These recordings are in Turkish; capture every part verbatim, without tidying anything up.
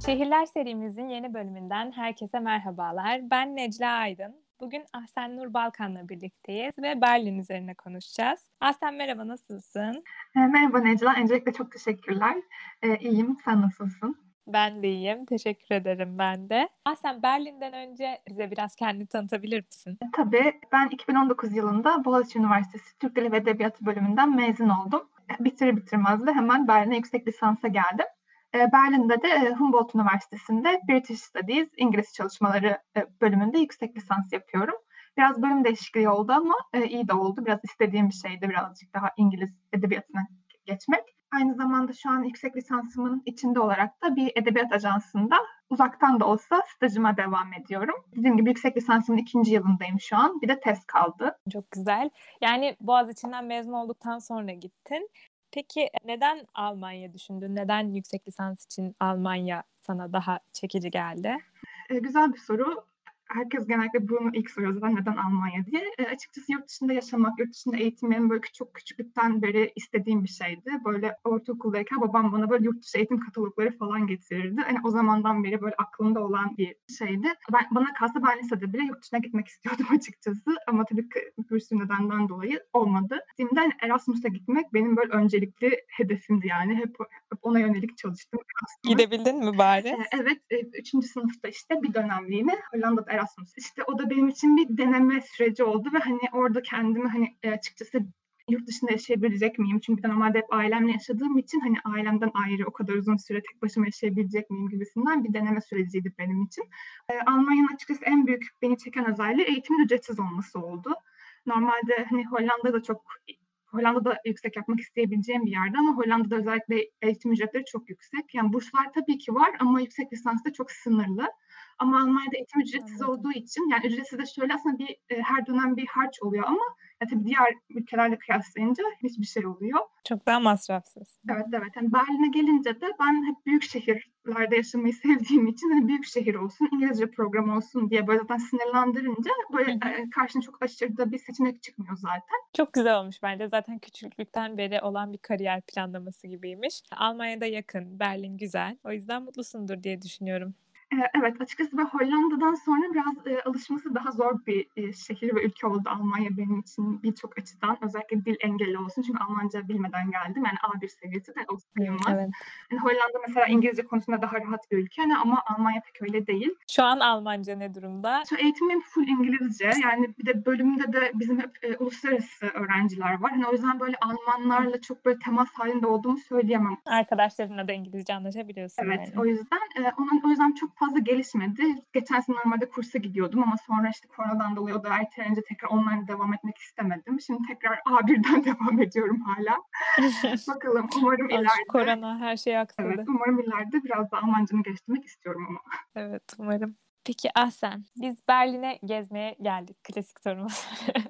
Şehirler serimizin yeni bölümünden herkese merhabalar. Ben Necla Aydın. Bugün Ahsen Nur Balkan'la birlikteyiz ve Berlin üzerine konuşacağız. Ahsen merhaba, nasılsın? E, Merhaba Necla. Öncelikle çok teşekkürler. E, iyiyim. Sen nasılsın? Ben de iyiyim, teşekkür ederim ben de. Ahsen, Berlin'den önce bize biraz kendini tanıtabilir misin? E, tabii ben iki bin on dokuz yılında Boğaziçi Üniversitesi Türk Dili ve Edebiyatı bölümünden mezun oldum. E, Bitirir bitirmez de hemen Berlin'e yüksek lisansa geldim. E, Berlin'de de e, Humboldt Üniversitesi'nde British Studies, İngiliz Çalışmaları e, bölümünde yüksek lisans yapıyorum. Biraz bölüm değişikliği oldu ama e, iyi de oldu. Biraz istediğim bir şeydi birazcık daha İngiliz edebiyatına geçmek. Aynı zamanda şu an yüksek lisansımın içinde olarak da bir edebiyat ajansında uzaktan da olsa stajıma devam ediyorum. Dediğim gibi yüksek lisansımın ikinci yılındayım şu an. Bir de tez kaldı. Çok güzel. Yani Boğaziçi'nden mezun olduktan sonra gittin. Peki neden Almanya düşündün? Neden yüksek lisans için Almanya sana daha çekici geldi? E, güzel bir soru. Herkes genellikle bunu ilk soruyor zaten neden Almanya diye. E, açıkçası yurt dışında yaşamak, yurt dışında eğitim benim böyle çok küçüklükten beri istediğim bir şeydi. Böyle ortaokuldayken babam bana böyle yurt dışı eğitim katalogları falan getirirdi. Hani o zamandan beri böyle aklımda olan bir şeydi. Ben, bana kalsa ben lisede bile yurt dışına gitmek istiyordum açıkçası. Ama tabii ki bir sürü nedenden dolayı olmadı. Şimdi hani Erasmus'a gitmek benim böyle öncelikli hedefimdi yani. Hep, hep ona yönelik çalıştım Erasmus. Gidebildin mi bari? Eee, evet, eee, üçüncü sınıfta işte bir dönemliğine Hollanda'da Erasmus. İşte o da benim için bir deneme süreci oldu ve hani orada kendimi hani eee, açıkçası yurt dışında yaşayabilecek miyim? Çünkü ben normalde hep ailemle yaşadığım için hani ailemden ayrı o kadar uzun süre tek başıma yaşayabilecek miyim gibisinden bir deneme süreciydi benim için. Eee, Almanya'nın açıkçası en büyük beni çeken özelliği eğitimin ücretsiz olması oldu. Normalde hani Hollanda'da çok Hollanda'da yüksek yapmak isteyebileceğim bir yerde ama Hollanda'da özellikle eğitim ücretleri çok yüksek. Yani burslar tabii ki var ama yüksek lisans da çok sınırlı. Ama Almanya'da eğitim ücretsiz Anladım. olduğu için yani ücretsiz de şöyle aslında bir e, her dönem bir harç oluyor ama ya tabii diğer ülkelerle kıyaslayınca hiçbir şey oluyor. Çok daha masrafsız. Evet, evet. Hani Berlin'e gelince de ben hep büyük şehirlerde yaşamayı sevdiğim için hani büyük şehir olsun, İngilizce program olsun diye böyle zaten sınırlandırınca böyle Hı hı. e, karşına çok aşırı da bir seçenek çıkmıyor zaten. Çok güzel olmuş bence. Zaten küçüklükten beri olan bir kariyer planlaması gibiymiş. Almanya'da yakın, Berlin güzel. O yüzden mutlusundur diye düşünüyorum. Eee, evet, açıkçası ben Hollanda'dan sonra biraz, eee, alışması daha zor bir, eee, şehir ve ülke oldu Almanya benim için birçok açıdan. Özellikle dil engeli olsun çünkü Almanca bilmeden geldim. Yani A bir seviyesi de o Hımm, sayılmaz. evet. Hani Hollanda mesela İngilizce konusunda daha rahat bir ülke hani ama Almanya pek öyle değil. Şu an Almanca ne durumda? Şu eğitimim full İngilizce. Yani bir de bölümümde de bizim hep, eee, uluslararası öğrenciler var. Hani o yüzden böyle Hıh. Almanlarla çok böyle temas hâlinde olduğumu söyleyemem. Arkadaşlarınla da İngilizce anlaşabiliyorsun Evet, yani. o yüzden, eee, onun o yüzden çok fazla gelişmedi. Geçen sene normalde kursa gidiyordum ama sonra, işte, koronadan dolayı o da ertelenince tekrar online devam etmek istemedim. Şimdi tekrar A birden devam ediyorum hâlâ. Bakalım, umarım Ay, şu ileride korona her şeyi evet, aksadı. umarım ileride biraz daha Almancamı geliştirmek istiyorum ama. Evet, umarım. Peki Ahsen, biz Berlin'e gezmeye geldik. Klasik sorumuz.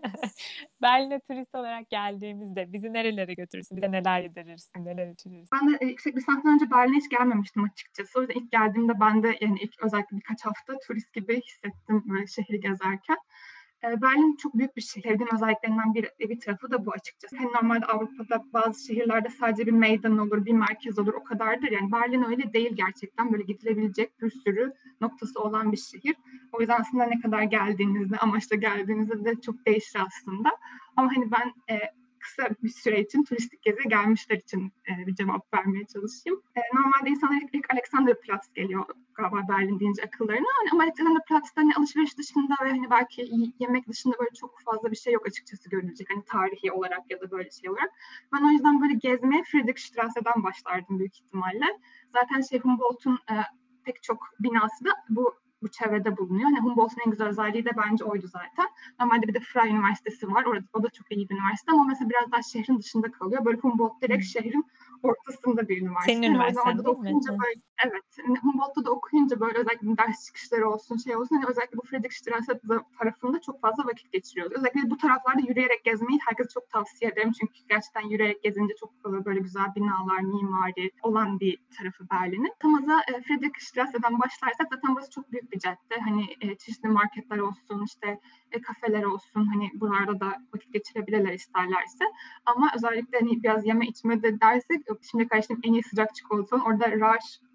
Berlin'e turist olarak geldiğimizde bizi nerelere götürürsün? Bize neler yedirirsin, neler içirirsin? Ben de, eee, yüksek lisanstan önce Berlin'e hiç gelmemiştim açıkçası. O yüzden ilk geldiğimde ben de, yani, ilk özellikle birkaç hafta turist gibi hissettim böyle şehri gezerken. Eee, Berlin çok büyük bir şehir. Sevdiğim özelliklerinden bir bir tarafı da bu açıkçası. Hani, normalde Avrupa'da bazı şehirlerde sadece bir meydan olur, bir merkez olur, o kadardır. Yani Berlin öyle değil gerçekten. Böyle gidilebilecek bir sürü noktası olan bir şehir. O yüzden aslında ne kadar geldiğinizde, amaçla geldiğinizde de çok değişir aslında. Ama, hani, ben, eee, kısa bir süre için turistik geziye gelmişler için e, bir cevap vermeye çalışayım. E, normalde insanlar ilk, ilk Alexanderplatz geliyor galiba Berlin deyince akıllarına. Hani, ama Alexanderplatz'ta hani alışveriş dışında ve hani belki yemek dışında böyle çok fazla bir şey yok açıkçası görülecek. Hani tarihi olarak ya da böyle şey olarak. Ben o yüzden böyle gezmeye Friedrichstrasse'den başlardım büyük ihtimalle. Zaten şey Humboldt'un e, pek çok binası da bu bu çevrede bulunuyor. Hani Humboldt'un en güzel özelliği de bence oydu zaten. Normalde bir de Freie Üniversitesi var. Orada, o da çok iyi bir üniversite ama mesela biraz daha şehrin dışında kalıyor. Böyle Humboldt direkt Hımm. şehrin ortasında bir Senin üniversite. Hani o yüzden üniversiten orada da değil mi? okuyunca Hı. böyle evet. Hani Humboldt'ta da okuyunca böyle özellikle ders çıkışları olsun şey olsun hani özellikle bu Friedrichstraße tarafında çok fazla vakit geçiriyoruz. Özellikle bu taraflarda yürüyerek gezmeyi herkese çok tavsiye ederim. Çünkü gerçekten yürüyerek gezince çok böyle güzel binalar, mimari olan bir tarafı Berlin'in. Tamaza e, Friedrichstrasse'den başlarsak zaten burası çok büyük bir cadde. Hani e, çeşitli marketler olsun, işte e, kafeler olsun. Hani buralarda da vakit geçirebilirler isterlerse. Ama özellikle hani biraz yeme içme de dersek şimdi karşılaştığım en iyi sıcak çikolatanın orada Raj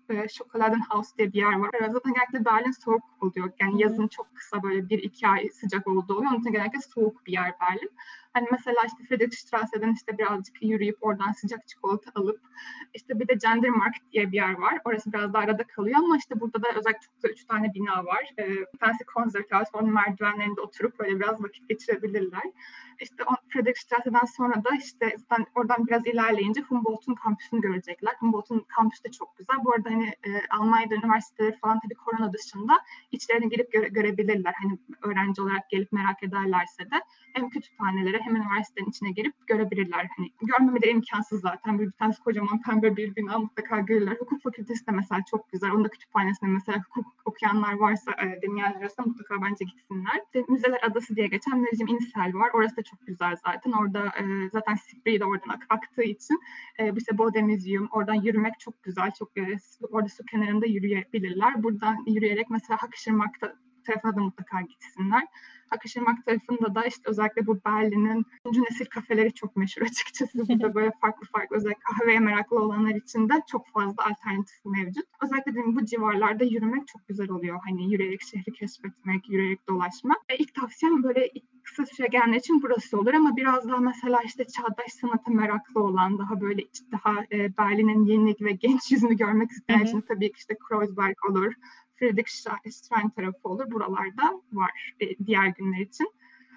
e, Schokoladenhaus diye bir yer var. E, zaten genellikle Berlin soğuk oluyor. Yani Hı-hı. yazın çok kısa böyle bir iki ay sıcak olduğu oluyor. Onun için genellikle soğuk bir yer Berlin. Hani mesela işte Friedrichstrasse'den işte birazcık yürüyüp oradan sıcak çikolata alıp işte bir de Gendermarkt diye bir yer var. Orası biraz da arada kalıyor ama işte burada da özellikle çok güzel üç tane bina var. E, bir tanesi Konzerthaus, onun merdivenlerinde oturup böyle biraz vakit geçirebilirler. İşte Friedrichstrasse'den sonra da işte zaten oradan biraz ilerleyince Humboldt'un kampüsünü görecekler. Humboldt'un kampüsü de çok güzel. Bu arada hani e, Almanya'da üniversiteleri falan tabii korona dışında içlerine girip göre, görebilirler. Hani öğrenci olarak gelip merak ederlerse de hem kütüphanelere hem üniversitenin içine girip görebilirler. Hani görmemeleri imkansız zaten. Bir tanesi kocaman pembe bir bina mutlaka görürler. Hukuk fakültesi de mesela çok güzel. Onun da kütüphanesinde mesela hukuk okuyanlar varsa, e, dinleyenler arasında mutlaka bence gitsinler. İşte Müzeler Adası diye geçen Müzim Insel var. Orası da çok güzel zaten. Orada e, zaten Spree de oradan ak- aktığı için e, işte Bode Museum, oradan yürümek çok güzel. Çok e, orada su kenarında yürüyebilirler. Buradan yürüyerek mesela Hackschirmarkt tarafına da mutlaka gitsinler. Hackschirmarkt tarafında da işte özellikle bu Berlin'in üçüncü nesil kafeleri çok meşhur açıkçası. Burada böyle farklı farklı özellikle kahveye meraklı olanlar için de çok fazla alternatif mevcut. Özellikle dediğim bu civarlarda yürümek çok güzel oluyor. Hani yürüyerek şehri keşfetmek, yürüyerek dolaşmak. E, ilk tavsiyem böyle kısa süre gelenler için burası olur ama biraz daha mesela işte çağdaş sanata meraklı olan, daha böyle daha e, Berlin'in yenilik ve genç yüzünü görmek isteyen için tabii ki işte Kreuzberg olur, Friedrichshain tarafı olur. Buralarda var e, diğer günler için.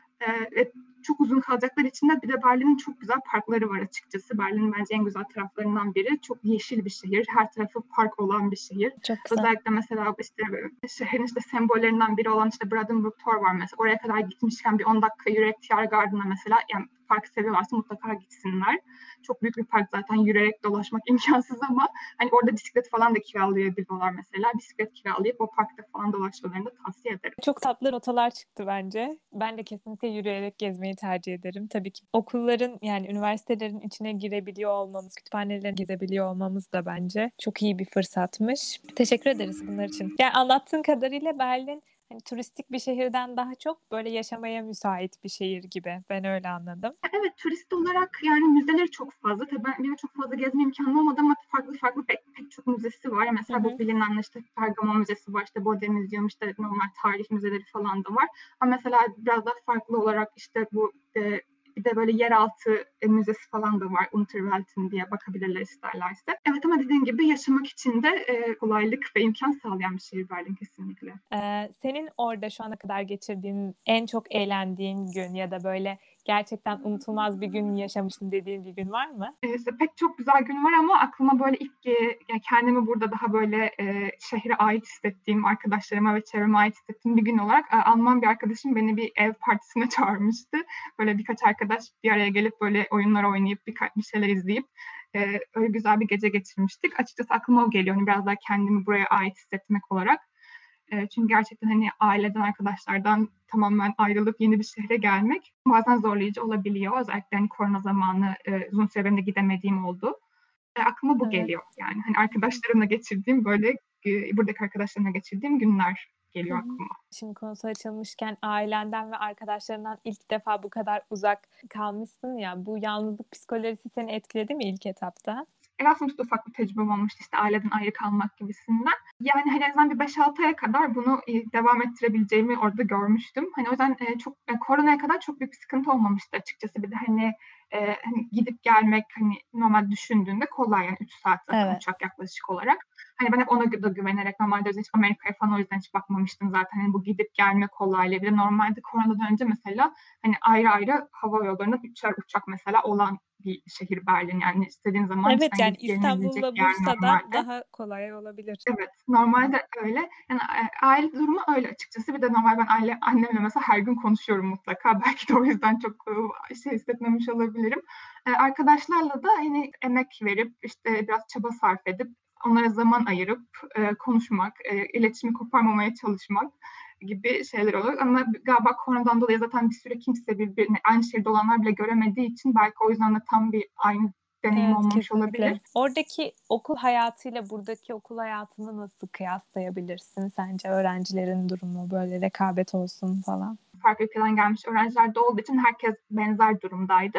E, çok uzun kalacaklar için de bir de Berlin'in çok güzel parkları var açıkçası. Berlin'in bence en güzel taraflarından biri. Çok yeşil bir şehir. Her tarafı park olan bir şehir. Çok güzel. Özellikle mesela işte şehrin işte sembollerinden biri olan işte Brandenburg Tor var mesela. Oraya kadar gitmişken bir on dakika yürüyerek Tiergarten'a mesela, yani park seviyorlarsa mutlaka gitsinler. Çok büyük bir park zaten, yürüyerek dolaşmak imkansız ama hani orada bisiklet falan da kiralayabiliyorlar mesela. Bisiklet kiralayıp o parkta falan dolaşmalarını da tavsiye ederim. Çok tatlı rotalar çıktı bence. Ben de kesinlikle yürüyerek gezmeyi tercih ederim. Tabii ki okulların, yani üniversitelerin içine girebiliyor olmamız, kütüphanelerini gezebiliyor olmamız da bence çok iyi bir fırsatmış. Teşekkür ederiz bunlar için. Yani anlattığın kadarıyla Berlin hani turistik bir şehirden daha çok böyle yaşamaya müsait bir şehir gibi. Ben öyle anladım. Evet, turist olarak yani müzeleri çok fazla. Tabii ben, benim çok fazla gezme imkanım olmadı ama farklı farklı pek, pek çok müzesi var. Mesela Hı bu hı. bilinen işte Pergamon Müzesi var, işte Bode Museum, işte normal tarih müzeleri falan da var. Ama mesela biraz daha farklı olarak işte bu e, bir de böyle yeraltı e, müzesi falan da var. Unterwelten diye bakabilirler isterlerse. Evet ama dediğim gibi yaşamak için de e, kolaylık ve imkan sağlayan bir şehir Berlin kesinlikle. Ee, senin orada şu ana kadar geçirdiğin en çok eğlendiğin gün ya da böyle gerçekten unutulmaz bir gün yaşamıştım dediğin bir gün var mı? E, işte pek çok güzel gün var ama aklıma böyle ilk e, yani kendimi burada daha böyle e, şehre ait hissettiğim, arkadaşlarıma ve çevreme ait hissettiğim bir gün olarak e, Alman bir arkadaşım beni bir ev partisine çağırmıştı. Böyle birkaç arkadaş bir araya gelip böyle oyunlar oynayıp birkaç bir şeyler izleyip e, öyle güzel bir gece geçirmiştik. Açıkçası aklıma o geliyor. Hani biraz daha kendimi buraya ait hissetmek olarak. E, çünkü gerçekten hani aileden, arkadaşlardan tamamen ayrılıp yeni bir şehre gelmek bazen zorlayıcı olabiliyor. Özellikle hani korona zamanı e, uzun süre benim de gidemediğim oldu. E, aklıma bu Evet. geliyor yani. Hani arkadaşlarımla geçirdiğim böyle e, buradaki arkadaşlarımla geçirdiğim günler Hı geliyor hı. aklıma. Şimdi konusu açılmışken ailenden ve arkadaşlarından ilk defa bu kadar uzak kalmışsın ya, bu yalnızlık psikolojisi seni etkiledi mi ilk etapta? Erasmus'ta ufak bir tecrübem olmuştu işte aileden ayrı kalmak gibisinden. Yani hani en azından bir beş altı aya kadar bunu e, devam ettirebileceğimi orada görmüştüm. Hani o yüzden e, çok e, koronaya kadar çok büyük bir sıkıntı olmamıştı açıkçası. Bir de hani, e, hani gidip gelmek hani normal düşündüğünde kolay, yani üç saat zaten Evet. uçak yaklaşık olarak. Hani ben hep ona da güvenerek normalde hiç Amerika'ya falan o yüzden hiç bakmamıştım zaten. Hani bu gidip gelme kolaylığı. Bir de normalde koronadan önce mesela hani ayrı ayrı hava yollarında üçer uçak mesela olan bir şehir Berlin. Yani istediğin zaman Evet, cidden yani gidip gelinebilecek İstanbul'la bir yer Bursa'dan normalde. daha kolay olabilir. Evet, normalde öyle. Yani e, aile durumu öyle açıkçası. Bir de normal ben aile, annemle mesela her gün konuşuyorum mutlaka. Belki de o yüzden çok e, şey hissetmemiş olabilirim. E, arkadaşlarla da hani emek verip işte biraz çaba sarf edip onlara zaman ayırıp e, konuşmak, e, iletişimi koparmamaya çalışmak gibi şeyler olur. Ama galiba koronadan dolayı zaten bir süre kimse birbirini aynı şehirde olanlar bile göremediği için belki o yüzden de tam bir aynı deneyim Evet, olmamış olabilir. kesinlikle. Oradaki okul hayatıyla buradaki okul hayatını nasıl kıyaslayabilirsin sence, öğrencilerin durumu, böyle rekabet olsun falan? Farklı ülkeden gelmiş öğrenciler de olduğu için herkes benzer durumdaydı.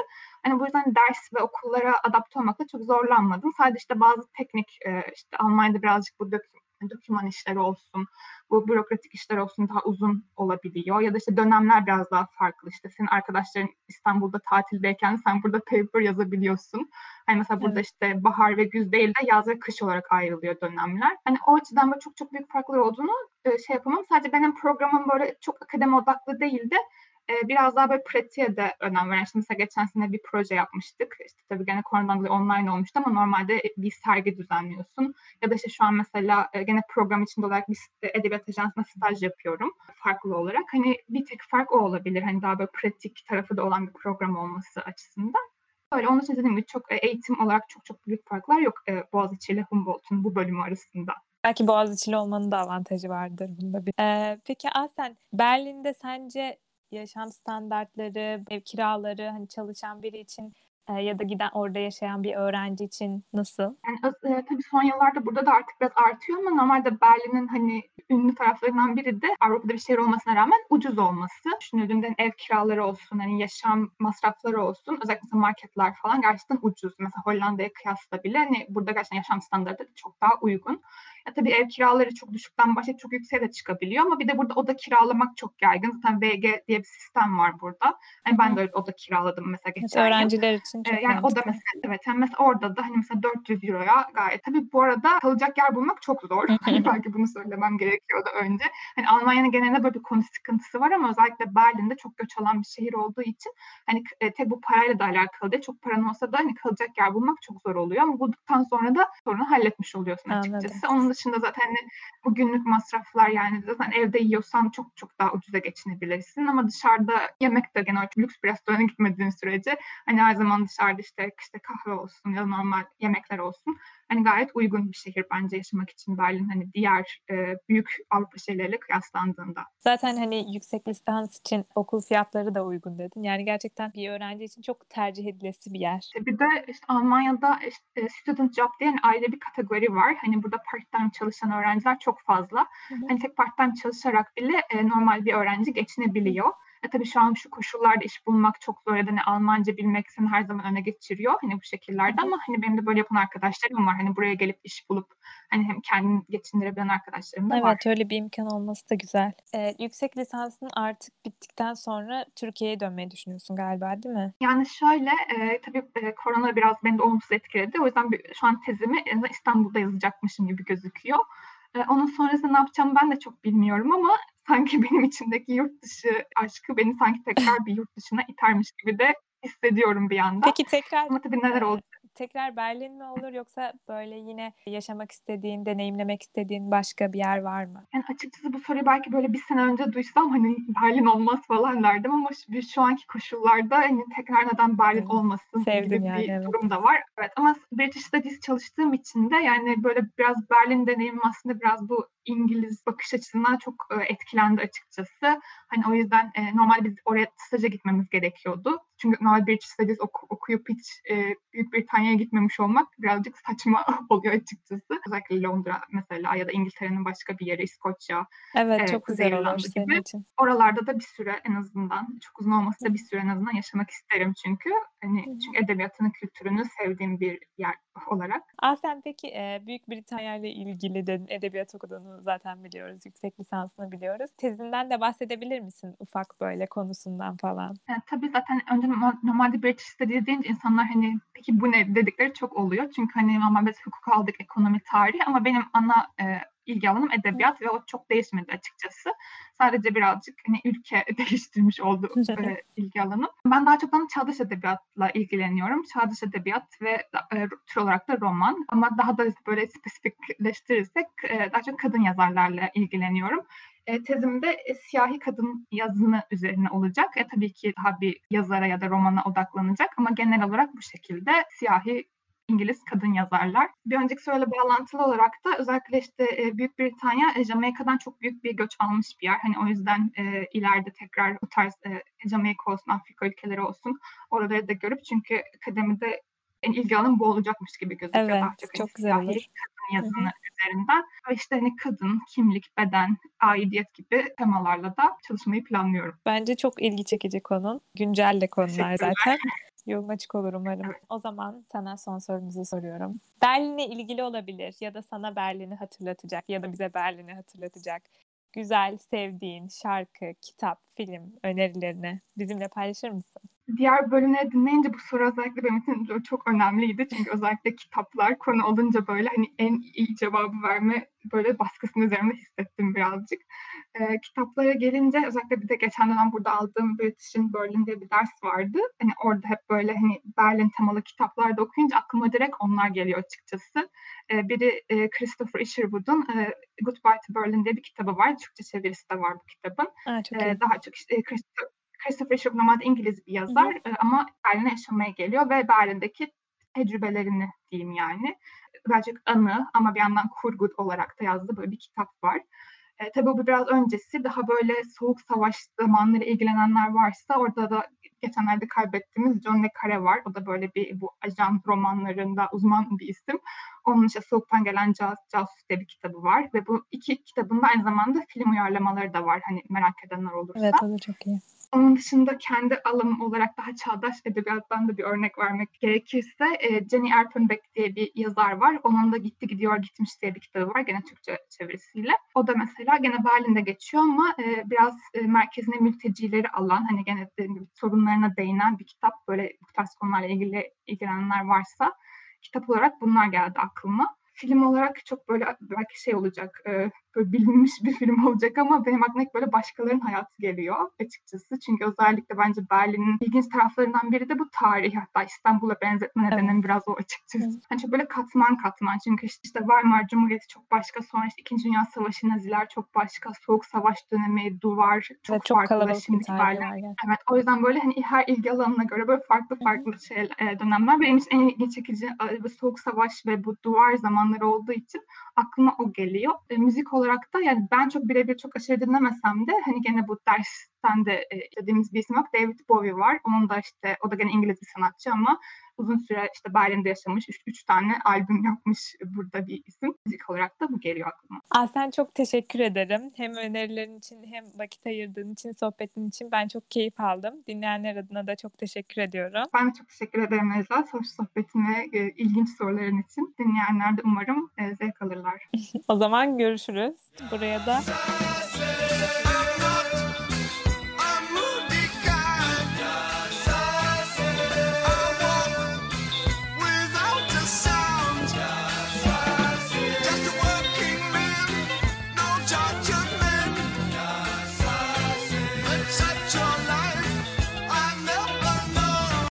Hani bu yüzden ders ve okullara adapte olmakta çok zorlanmadım. Sadece işte bazı teknik, e, işte Almanya'da birazcık bu dök- doküman işleri olsun, bu bürokratik işler olsun daha uzun olabiliyor. Ya da işte dönemler biraz daha farklı. İşte senin arkadaşların İstanbul'da tatildeyken sen burada paper yazabiliyorsun. Hani mesela burada Evet. işte bahar ve güz değil de yaz ve kış olarak ayrılıyor dönemler. Hani o açıdan böyle çok çok büyük farklar olduğunu e, şey yapamam. Sadece benim programım böyle çok akademi odaklı değildi. E, biraz daha böyle pratiğe de önem veren. Şimdi mesela geçen sene bir proje yapmıştık. İşte tabii gene koronadan dolayı online olmuştu ama normalde bir sergi düzenliyorsun. Ya da işte şu an mesela e, gene program içinde olarak bir edebiyat ajansında staj yapıyorum farklı olarak. Hani bir tek fark o olabilir. Hani daha böyle pratik tarafı da olan bir program olması açısından. Öyle onun için dediğim gibi çok e, eğitim olarak çok çok büyük farklar yok e, Boğaziçi ile Humboldt'un bu bölümü arasında. Belki Boğaziçi'li olmanın da avantajı vardır bunda. Bir. Ee, peki Ahsen, Berlin'de sence yaşam standartları, ev kiraları, hani çalışan biri için e, ya da giden orada yaşayan bir öğrenci için nasıl? Yani e, tabii son yıllarda burada da artık biraz artıyor ama normalde Berlin'in hani ünlü taraflarından biri de Avrupa'da bir şehir olmasına rağmen ucuz olması. Düşünüldüğünde ev kiraları olsun, hani yaşam masrafları olsun, özellikle marketler falan gerçekten ucuz. Mesela Hollanda'ya kıyasla bile hani burada gerçekten yaşam standartları çok daha uygun. Ya tabii ev kiraları çok düşükten başlayıp çok yükseğe de çıkabiliyor ama bir de burada oda kiralamak çok yaygın. Zaten V G diye bir sistem var burada. Hı Yani ben hı. de öyle oda kiraladım mesela Evet, geçen yıl. öğrenciler için Ee, çok yani o da mantıklı. mesela evet yani mesela orada da hani mesela dört yüz euroya gayet tabii bu arada kalacak yer bulmak çok zor. Hani belki bunu söylemem gerekiyordu önce. Hani Almanya'nın genelinde böyle bir konu sıkıntısı var ama özellikle Berlin'de çok göç alan bir şehir olduğu için hani e, tabii bu parayla da alakalı değil. Çok paran olsa da hani kalacak yer bulmak çok zor oluyor ama bulduktan sonra da sorunu halletmiş oluyorsun Anladım. açıkçası. Onun dışında zaten hani bu günlük masraflar yani zaten evde yiyorsan çok çok daha ucuza geçinebilirsin ama dışarıda yemek de genel lüks bir restorana gitmediğin sürece hani her zaman dışarıda işte, işte kahve olsun ya da normal yemekler olsun. Hani gayet uygun bir şehir bence yaşamak için Berlin hani diğer e, büyük Avrupa şehirleriyle kıyaslandığında. Zaten hani yüksek lisans için okul fiyatları da uygun dedin. Yani gerçekten bir öğrenci için çok tercih edilesi bir yer. Bir de işte Almanya'da işte student job diye yani ayrı bir kategori var. Hani burada part-time çalışan öğrenciler çok fazla. Hı hı. Hani tek part-time çalışarak bile e, normal bir öğrenci geçinebiliyor. E tabii şu an şu koşullarda iş bulmak çok zor ya da hani Almanca bilmek seni her zaman öne geçiriyor hani bu Hı şekillerde hı. ama hani benim de böyle yapan arkadaşlarım var. Hani buraya gelip iş bulup hani hem kendini geçindirebilen arkadaşlarım da Evet, var. öyle bir imkan olması da güzel. Ee, yüksek lisansın artık bittikten sonra Türkiye'ye dönmeyi düşünüyorsun galiba, değil mi? Yani şöyle, e, tabii e, korona biraz beni de olumsuz etkiledi. O yüzden bir, şu an tezimi en azından İstanbul'da yazacakmışım gibi gözüküyor. E, onun sonrasında ne yapacağım ben de çok bilmiyorum ama sanki benim içimdeki yurt dışı aşkı beni sanki tekrar bir yurt dışına itermiş gibi de hissediyorum bir yandan. Peki tekrar Ama tabii neler e, olacak. tekrar Berlin mi olur yoksa böyle yine yaşamak istediğin, deneyimlemek istediğin başka bir yer var mı? Yani açıkçası bu soruyu belki böyle bir sene önce duysam hani Berlin olmaz falan derdim ama şu, şu anki koşullarda hani tekrar neden Berlin Hmm. olmasın Sevdin gibi yani, bir evet. durum da var. Evet ama British Studies çalıştığım için de yani böyle biraz Berlin deneyimim aslında biraz bu İngiliz bakış açısından çok e, etkilendi açıkçası. Hani o yüzden e, normalde biz oraya staja gitmemiz gerekiyordu. Çünkü normal British Studies oku, okuyup hiç e, Büyük Britanya'ya gitmemiş olmak birazcık saçma oluyor açıkçası. Özellikle Londra mesela ya da İngiltere'nin başka bir yeri, İskoçya, Evet, e, çok Kuzey güzel olur İrlanda senin gibi. için. Oralarda da bir süre en azından, çok uzun olmasa Hı da bir süre en azından yaşamak isterim çünkü. Hani hı. çünkü edebiyatını, kültürünü sevdiğim bir yer olarak. Ah, sen peki e, Büyük Britanya ile ilgili de edebiyat okuduğunu zaten biliyoruz. Yüksek lisansını biliyoruz. Tezinden de bahsedebilir misin ufak böyle konusundan falan? Yani tabii zaten önce normalde British Studies deyince insanlar hani peki bu ne dedikleri çok oluyor. Çünkü hani normal biz hukuk aldık, ekonomi, tarih ama benim ana e, ilgi alanım Hı. edebiyat ve o çok değişmedi açıkçası. Sadece birazcık hani ülke değiştirmiş oldu e, ilgi alanım. Ben daha çok çağdaş edebiyatla ilgileniyorum. Çağdaş edebiyat ve e, tür olarak da roman. Ama daha da böyle spesifikleştirirsek e, daha çok kadın yazarlarla ilgileniyorum. E, tezimde e, siyahi kadın yazını üzerine olacak. E, tabii ki daha bir yazara ya da romana odaklanacak ama genel olarak bu şekilde siyahi İngiliz kadın yazarlar. Bir önceki soruyla bağlantılı olarak da özellikle işte e, Büyük Britanya, e, Jamaika'dan çok büyük bir göç almış bir yer. Hani o yüzden e, ileride tekrar bu tarz e, Jamaika olsun, Afrika ülkeleri olsun oraları da görüp çünkü akademide en ilgi alanım bu olacakmış gibi gözüküyor. Daha Evet, çok hani çok güzel siyahi olur. kadın Hı hı. yazını üzerinden. Ve işte hani kadın, kimlik, beden, aidiyet gibi temalarla da çalışmayı planlıyorum. Bence çok ilgi çekici konu. Güncel de konular Teşekkürler. zaten. Yolun açık olur umarım. Evet. O zaman sana son sorumuzu soruyorum. Berlin'le ilgili olabilir ya da sana Berlin'i hatırlatacak ya da bize Berlin'i hatırlatacak güzel, sevdiğin şarkı, kitap, film önerilerini bizimle paylaşır mısın? Diğer bölümleri dinleyince bu soru özellikle benim için çok önemliydi. Çünkü özellikle kitaplar konu olunca böyle hani en iyi cevabı verme böyle baskısını üzerimde hissettim birazcık. Ee, kitaplara gelince özellikle bir de geçen dönem burada aldığım British in Berlin diye bir ders vardı. Hani orada hep böyle hani Berlin temalı kitaplar da okuyunca aklıma direkt onlar geliyor açıkçası. Ee, biri e, Christopher Isherwood'un e, Goodbye to Berlin diye bir kitabı var. Türkçe çevirisi de var bu kitabın. Aa, çok Ee, iyi. daha çok işte Christopher Christopher Isherwood normalde İngiliz bir Hı yazar hı. e, ama Berlin'e yaşamaya geliyor ve Berlin'deki tecrübelerini diyeyim yani. Birazcık anı ama bir yandan kurgu olarak da yazdığı böyle bir kitap var. E, tabii bu biraz öncesi. Daha böyle soğuk savaş zamanları ilgilenenler varsa orada da geçenlerde kaybettiğimiz John le Carré var. O da böyle bir bu ajan romanlarında uzman bir isim. Onun işte Soğuktan Gelen Cas Casus diye bir kitabı var. Ve bu iki kitabında aynı zamanda film uyarlamaları da var. Hani merak edenler olursa. Evet, o da çok iyi. Onun dışında kendi alanım olarak daha çağdaş edebiyattan da bir örnek vermek gerekirse e, Jenny Erpenbeck diye bir yazar var. Onun da Gitti Gidiyor Gitmiş diye bir kitabı var gene Türkçe çevirisiyle. O da mesela gene Berlin'de geçiyor ama e, biraz e, merkezine mültecileri alan hani gene de, sorunlarına değinen bir kitap. Böyle bu tarz konularla ilgili ilgilenenler varsa kitap olarak bunlar geldi aklıma. Film olarak çok böyle belki şey olacak, e, böyle bilinmiş bir film olacak ama benim aklıma hep böyle başkalarının hayatı geliyor açıkçası. Çünkü özellikle bence Berlin'in ilginç taraflarından biri de bu tarihi. Hatta İstanbul'a benzetme Evet. nedenim biraz o açıkçası. Hı. Hani çok böyle katman katman. Çünkü işte Weimar Cumhuriyeti çok başka, sonra işte İkinci Dünya Savaşı, Naziler çok başka, Soğuk Savaş dönemi, Duvar çok Evet, çok farklı. kalabalık bir Şimdiki tarihi Berlin. var gerçekten. Evet, o yüzden böyle hani her ilgi alanına göre böyle farklı Hı hı. farklı şey, e, dönemler. Benim için en ilgi çekici e, Soğuk Savaş ve bu duvar zamanları olduğu için aklıma o geliyor. E, müzik olarak da yani ben çok birebir çok aşırı dinlemesem de hani gene bu dersten de e, dediğimiz bir isim var. David Bowie var. Onun da işte o da gene İngiliz bir sanatçı ama uzun süre işte Berlin'de yaşamış. Üç, üç tane albüm yapmış burada bir isim. Müzik olarak da bu geliyor aklıma. Aslen, çok teşekkür ederim. Hem önerilerin için hem vakit ayırdığın için, sohbetin için ben çok keyif aldım. Dinleyenler adına da çok teşekkür ediyorum. Ben de çok teşekkür ederim Eza. Hoş sohbetin ve e, ilginç soruların için. Dinleyenler de umarım e, zevk alırlar. O zaman görüşürüz. Buraya da